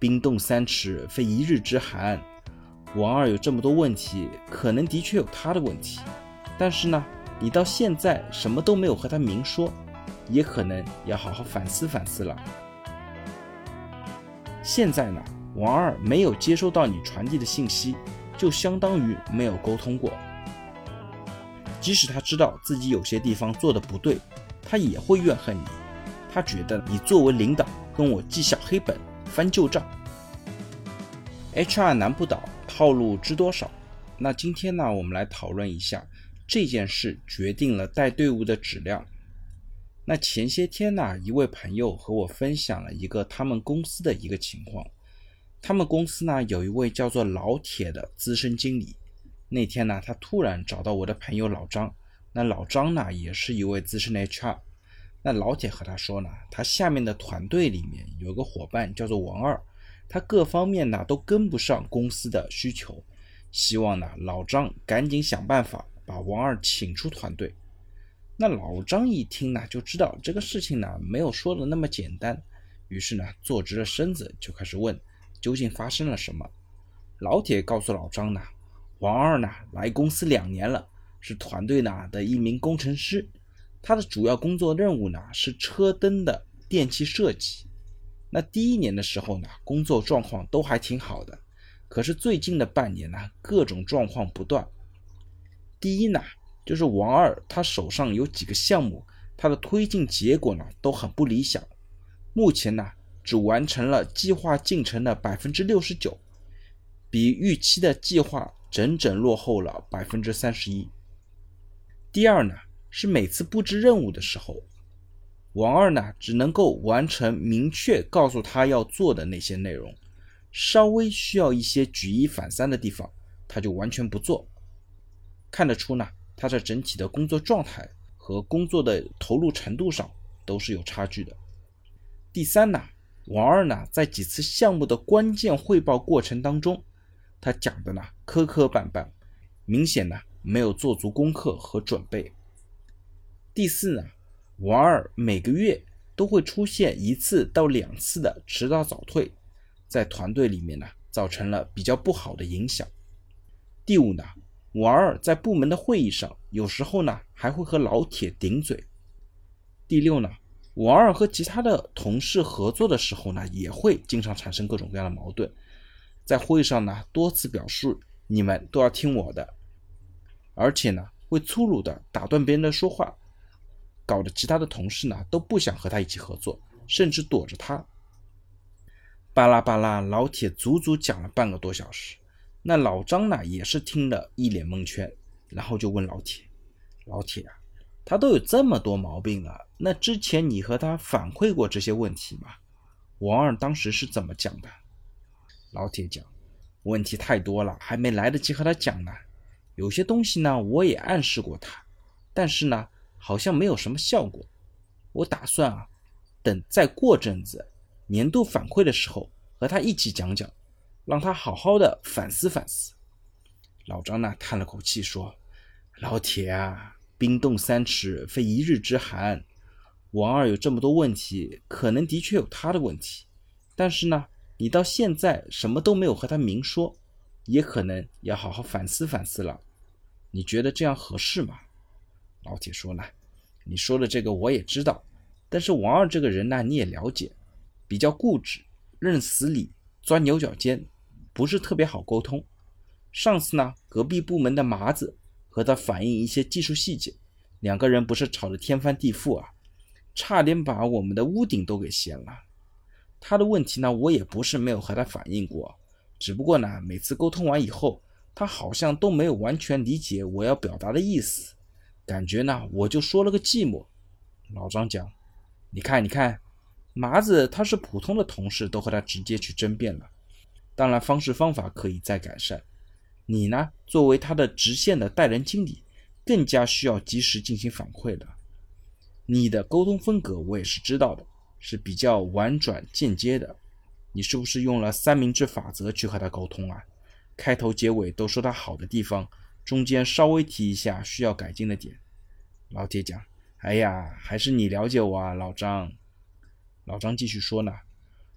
冰冻三尺，非一日之寒。王二有这么多问题，可能的确有他的问题，但是呢，你到现在什么都没有和他明说，也可能要好好反思反思了。现在呢，王二没有接收到你传递的信息，就相当于没有沟通过。即使他知道自己有些地方做得不对，他也会怨恨你。他觉得你作为领导跟我记小黑本，翻旧账。HR 难不倒，套路知多少。那今天呢，我们来讨论一下这件事决定了带队伍的质量。那前些天呢，一位朋友和我分享了一个他们公司的一个情况。他们公司呢，有一位叫做老铁的资深经理。那天呢，他突然找到我的朋友老张。那老张呢，也是一位资深的 HR。那老铁和他说呢，他下面的团队里面有个伙伴叫做王二，他各方面呢都跟不上公司的需求，希望呢老张赶紧想办法把王二请出团队。那老张一听呢，就知道这个事情呢没有说的那么简单，于是呢坐直了身子就开始问究竟发生了什么。老铁告诉老张呢，王二呢来公司2年了，是团队呢的一名工程师，他的主要工作任务呢是车灯的电气设计。那第1年的时候呢，工作状况都还挺好的，可是最近的半年呢，各种状况不断。第一呢，就是王二他手上有几个项目，他的推进结果呢都很不理想，目前呢只完成了计划进程的 69%， 比预期的计划整整落后了 31%。 第二呢，是每次布置任务的时候，王二呢只能够完成明确告诉他要做的那些内容，稍微需要一些举一反三的地方他就完全不做。看得出呢，他在整体的工作状态和工作的投入程度上都是有差距的。第三呢，王二呢在几次项目的关键汇报过程当中，他讲的呢磕磕绊绊，明显呢没有做足功课和准备。第四呢，王二每个月都会出现1次到2次的迟到早退，在团队里面呢造成了比较不好的影响。第五呢，王二在部门的会议上有时候呢还会和老铁顶嘴。第六呢，王二和其他的同事合作的时候呢，也会经常产生各种各样的矛盾，在会上呢多次表示你们都要听我的，而且呢会粗鲁的打断别人的说话，搞得其他的同事呢都不想和他一起合作，甚至躲着他。巴拉巴拉，老铁足足讲了半个多小时。那老张呢也是听了一脸蒙圈，然后就问老铁啊，他都有这么多毛病了，那之前你和他反馈过这些问题吗？王二当时是怎么讲的？老铁讲，问题太多了，还没来得及和他讲呢。有些东西呢我也暗示过他，但是呢好像没有什么效果。我打算等再过阵子年度反馈的时候和他一起讲讲，让他好好的反思反思。老张呢叹了口气说，老铁啊，冰冻三尺，非一日之寒。王二有这么多问题，可能的确有他的问题，但是呢你到现在什么都没有和他明说，也可能要好好反思反思了。你觉得这样合适吗？老铁说呢，你说的这个我也知道，但是王二这个人呢你也了解，比较固执，认死理，钻牛角尖，不是特别好沟通。上次呢隔壁部门的麻子和他反映一些技术细节，2个人不是吵得天翻地覆啊，差点把我们的屋顶都给掀了。他的问题呢我也不是没有和他反映过，只不过呢每次沟通完以后，他好像都没有完全理解我要表达的意思，感觉呢我就说了个寂寞。老张讲，你看麻子他是普通的同事都和他直接去争辩了，当然方式方法可以再改善。你呢作为他的直线的带人经理，更加需要及时进行反馈的。你的沟通风格我也是知道的，是比较婉转间接的，你是不是用了3明治法则去和他沟通啊？开头结尾都说他好的地方，中间稍微提一下需要改进的点。老铁讲，哎呀，还是你了解我啊，老张。老张继续说呢，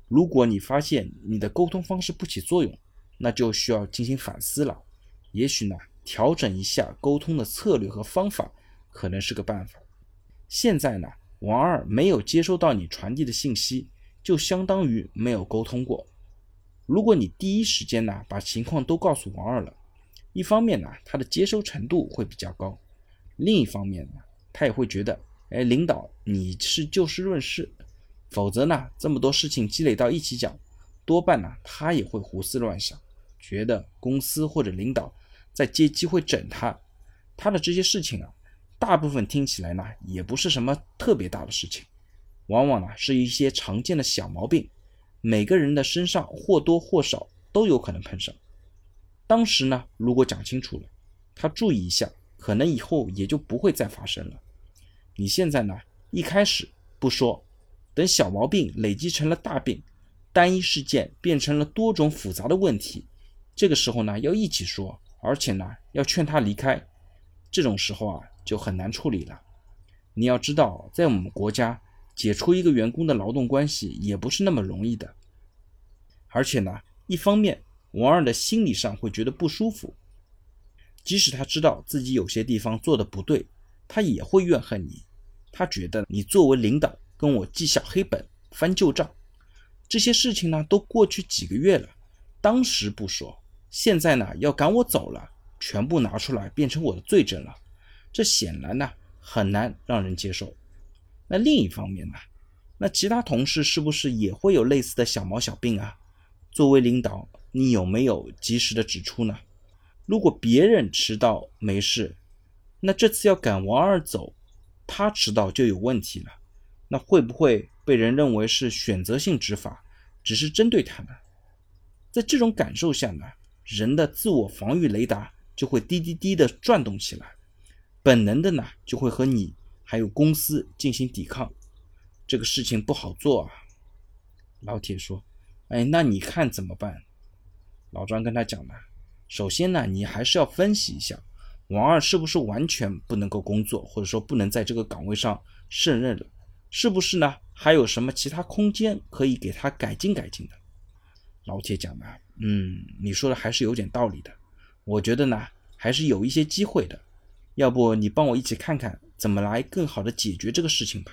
如果你发现你的沟通方式不起作用，那就需要进行反思了。也许呢，调整一下沟通的策略和方法可能是个办法。现在呢，王二没有接收到你传递的信息，就相当于没有沟通过。如果你第一时间呢把情况都告诉王二了，一方面呢他的接收程度会比较高，另一方面呢他也会觉得，领导你是就事论事，否则呢这么多事情积累到一起讲，多半呢他也会胡思乱想，觉得公司或者领导在借机会整他。他的这些事情啊，大部分听起来呢也不是什么特别大的事情，往往呢是一些常见的小毛病，每个人的身上或多或少都有可能碰上。当时呢如果讲清楚了，他注意一下，可能以后也就不会再发生了。你现在呢一开始不说，等小毛病累积成了大病，单一事件变成了多种复杂的问题，这个时候呢要一起说，而且呢要劝他离开，这种时候啊就很难处理了。你要知道，在我们国家解除一个员工的劳动关系也不是那么容易的。而且呢，一方面王二的心理上会觉得不舒服，即使他知道自己有些地方做的不对，他也会怨恨你。他觉得你作为领导跟我记小黑本翻旧账，这些事情呢都过去几个月了，当时不说，现在呢要赶我走了，全部拿出来变成我的罪证了，这显然呢很难让人接受。那另一方面呢，那其他同事是不是也会有类似的小毛小病啊？作为领导，你有没有及时的指出呢？如果别人迟到没事，那这次要赶王二走，他迟到就有问题了，那会不会被人认为是选择性执法，只是针对他呢？在这种感受下呢，人的自我防御雷达就会滴滴滴的转动起来，本能的呢就会和你还有公司进行抵抗，这个事情不好做啊。老铁说，那你看怎么办？老张跟他讲呢，首先呢你还是要分析一下王二是不是完全不能够工作，或者说不能在这个岗位上胜任了，是不是呢还有什么其他空间可以给他改进改进的。老铁讲呢，你说的还是有点道理的，我觉得呢还是有一些机会的，要不你帮我一起看看怎么来更好的解决这个事情吧。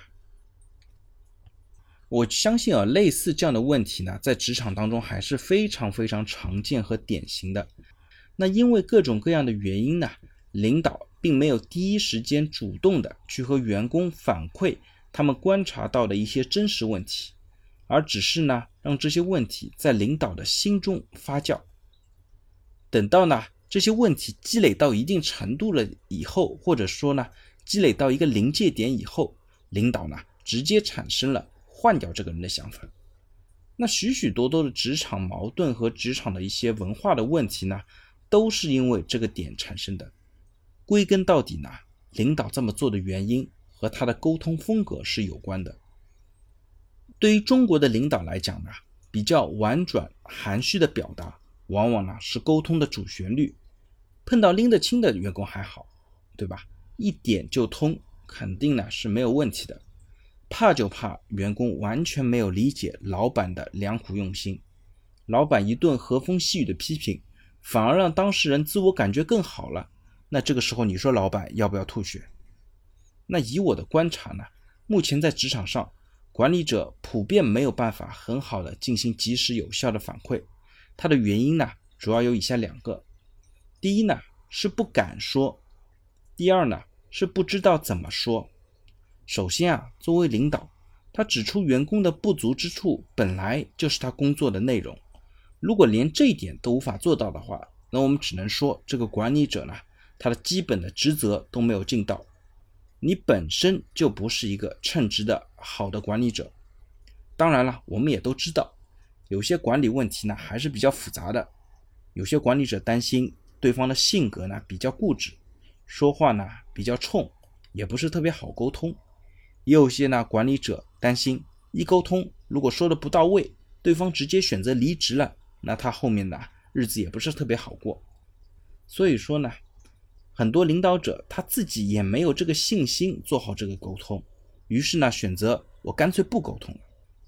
我相信类似这样的问题呢，在职场当中还是非常非常常见和典型的。那因为各种各样的原因呢，领导并没有第一时间主动的去和员工反馈他们观察到的一些真实问题，而只是呢让这些问题在领导的心中发酵。等到呢这些问题积累到一定程度了以后，或者说呢积累到一个临界点以后，领导呢直接产生了换掉这个人的想法。那许许多多的职场矛盾和职场的一些文化的问题呢，都是因为这个点产生的。归根到底呢，领导这么做的原因和他的沟通风格是有关的。对于中国的领导来讲呢，比较婉转含蓄的表达往往呢是沟通的主旋律，碰到拎得清的员工还好，对吧？一点就通，肯定呢是没有问题的。怕就怕员工完全没有理解老板的良苦用心，老板一顿和风细雨的批评，反而让当事人自我感觉更好了，那这个时候你说老板要不要吐血？那以我的观察呢，目前在职场上，管理者普遍没有办法很好的进行及时有效的反馈，它的原因呢主要有以下两个。第一呢是不敢说，第二呢是不知道怎么说。首先作为领导，他指出员工的不足之处本来就是他工作的内容，如果连这一点都无法做到的话，那我们只能说这个管理者呢，他的基本的职责都没有尽到，你本身就不是一个称职的好的管理者。当然了，我们也都知道，有些管理问题呢还是比较复杂的，有些管理者担心对方的性格呢比较固执，说话呢比较冲，也不是特别好沟通。也有些呢管理者担心一沟通如果说的不到位，对方直接选择离职了，那他后面的日子也不是特别好过。所以说呢，很多领导者他自己也没有这个信心做好这个沟通，于是呢选择我干脆不沟通了。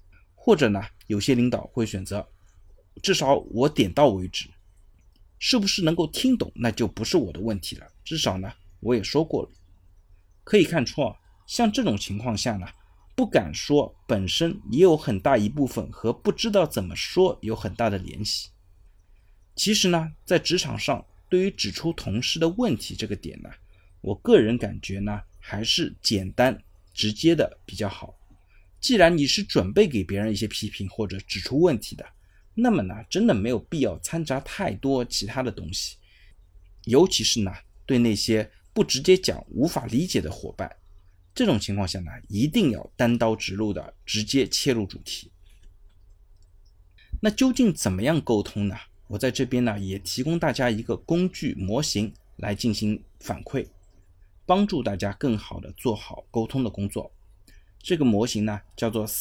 或者呢，有些领导会选择至少我点到为止，是不是能够听懂那就不是我的问题了，至少呢我也说过了。可以看出像这种情况下呢，不敢说本身也有很大一部分和不知道怎么说有很大的联系。其实呢，在职场上对于指出同事的问题这个点呢，我个人感觉呢，还是简单直接的比较好。既然你是准备给别人一些批评或者指出问题的，那么呢，真的没有必要掺杂太多其他的东西。尤其是呢，对那些不直接讲无法理解的伙伴，这种情况下呢，一定要单刀直入的直接切入主题。那究竟怎么样沟通呢？我在这边呢，也提供大家一个工具模型来进行反馈，帮助大家更好的做好沟通的工作。这个模型呢，叫做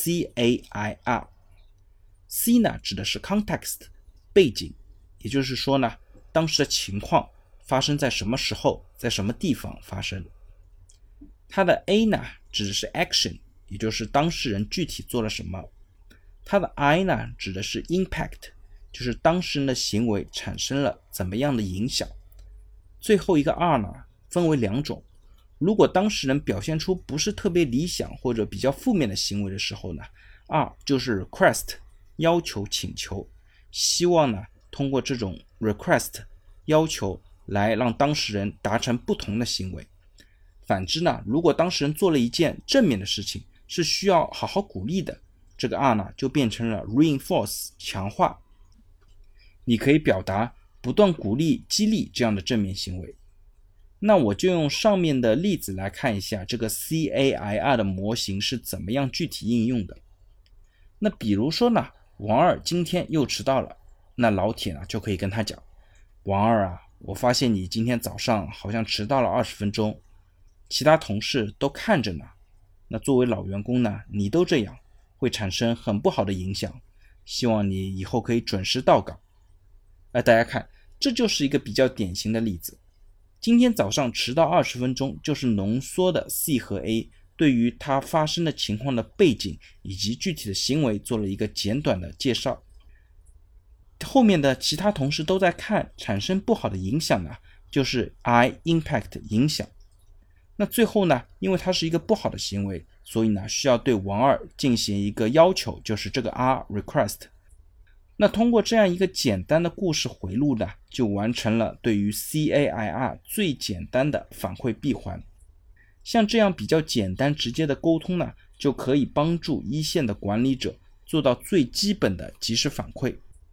CAIR。C 呢，指的是 context 背景，也就是说呢，当时的情况发生在什么时候，在什么地方发生。它的 A 呢，指的是 action， 也就是当事人具体做了什么。它的 I 呢，指的是 impact， 就是当事人的行为产生了怎么样的影响。最后一个 R 呢，分为两种。如果当事人表现出不是特别理想或者比较负面的行为的时候呢， R 就是 request， 要求请求，希望呢通过这种 request 要求来让当事人达成不同的行为。反之呢，如果当事人做了一件正面的事情，是需要好好鼓励的，这个 R 呢就变成了 reinforce 强化。你可以表达不断鼓励激励这样的正面行为。那我就用上面的例子来看一下这个 CAIR 的模型是怎么样具体应用的。那比如说呢，王二今天又迟到了，那老铁呢就可以跟他讲，王二啊，我发现你今天早上好像迟到了20分钟，其他同事都看着呢，那作为老员工呢，你都这样会产生很不好的影响，希望你以后可以准时到岗。大家看，这就是一个比较典型的例子。今天早上迟到20分钟，就是浓缩的 C 和 A 对于它发生的情况的背景以及具体的行为做了一个简短的介绍。后面的其他同事都在看，产生不好的影响呢，就是 I impact 影响。那最后呢，因为它是一个不好的行为，所以呢需要对王二进行一个要求，就是这个 R request。那通过这样一个简单的故事回路呢，就完成了对于 CAIR 最简单的反馈闭环。像这样比较简单直接的沟通呢，就可以帮助一线的管理者做到最基本的及时反馈。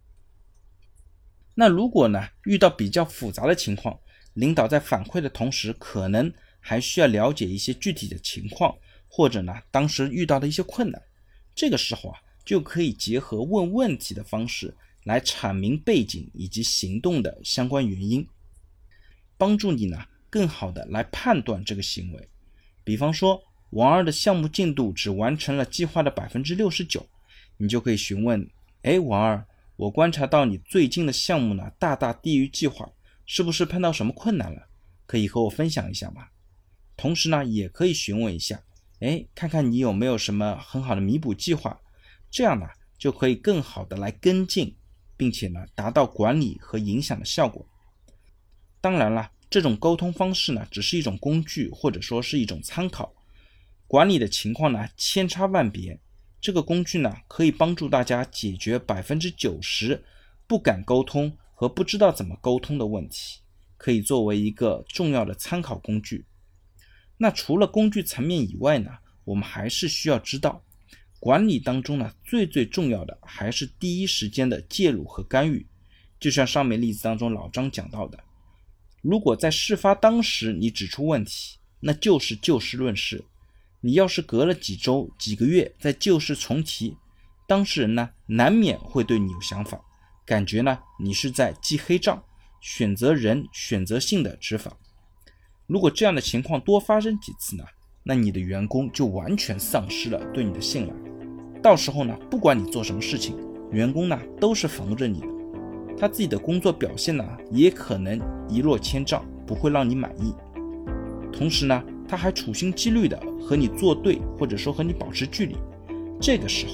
那如果呢遇到比较复杂的情况，领导在反馈的同时，可能还需要了解一些具体的情况，或者呢当时遇到的一些困难。这个时候就可以结合问问题的方式来阐明背景以及行动的相关原因，帮助你呢更好的来判断这个行为。比方说王二的项目进度只完成了计划的 69%， 你就可以询问，王二，我观察到你最近的项目呢大大低于计划，是不是碰到什么困难了？可以和我分享一下吗？同时呢也可以询问一下，看看你有没有什么很好的弥补计划，这样呢就可以更好的来跟进，并且呢达到管理和影响的效果。当然了，这种沟通方式呢只是一种工具，或者说是一种参考。管理的情况呢千差万别，这个工具呢可以帮助大家解决 90% 不敢沟通和不知道怎么沟通的问题，可以作为一个重要的参考工具。那除了工具层面以外呢，我们还是需要知道，管理当中呢最重要的还是第一时间的介入和干预。就像上面例子当中老张讲到的，如果在事发当时你指出问题，那就是就事论事。你要是隔了几周几个月再就事重提，当事人呢难免会对你有想法，感觉呢你是在记黑账，选择人选择性的执法。如果这样的情况多发生几次呢，那你的员工就完全丧失了对你的信赖。到时候呢，不管你做什么事情，员工呢都是防着你的，他自己的工作表现呢也可能一落千丈，不会让你满意。同时呢，他还处心积虑的和你作对，或者说和你保持距离。这个时候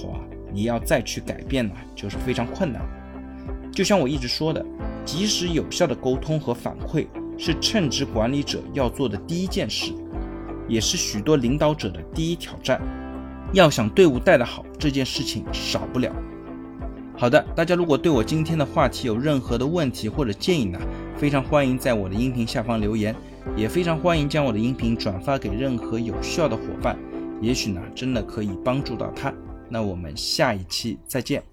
你要再去改变呢，就是非常困难。就像我一直说的，及时有效的沟通和反馈是称职管理者要做的第一件事，也是许多领导者的第一挑战。要想队伍带得好，这件事情少不了。好的，大家如果对我今天的话题有任何的问题或者建议呢，非常欢迎在我的音频下方留言，也非常欢迎将我的音频转发给任何有需要的伙伴，也许呢真的可以帮助到他。那我们下一期再见。